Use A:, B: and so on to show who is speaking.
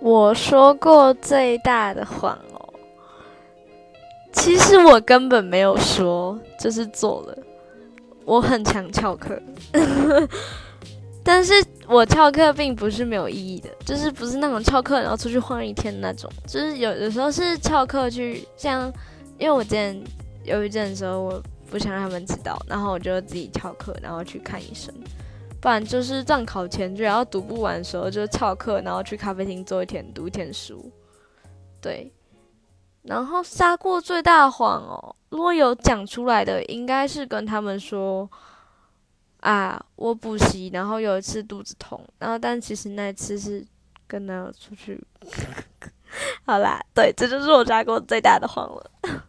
A: 我说过最大的谎哦，其实我根本没有说，就是做了。我很常翘课，但是我翘课并不是没有意义的，就是不是那种翘课然后出去晃一天那种，就是有时候是翘课去，像因为我之前有一阵的时候，我不想让他们知道，然后我就自己翘课，然后去看医生。不然就是段考前就要读不完的时候就翘课，然后去咖啡厅坐一天读一天书。对，然后撒过最大的谎哦，如果有讲出来的，应该是跟他们说啊，我补习，然后有一次肚子痛，然后但其实那一次是跟男友出去。好啦，对，这就是我撒过最大的谎了。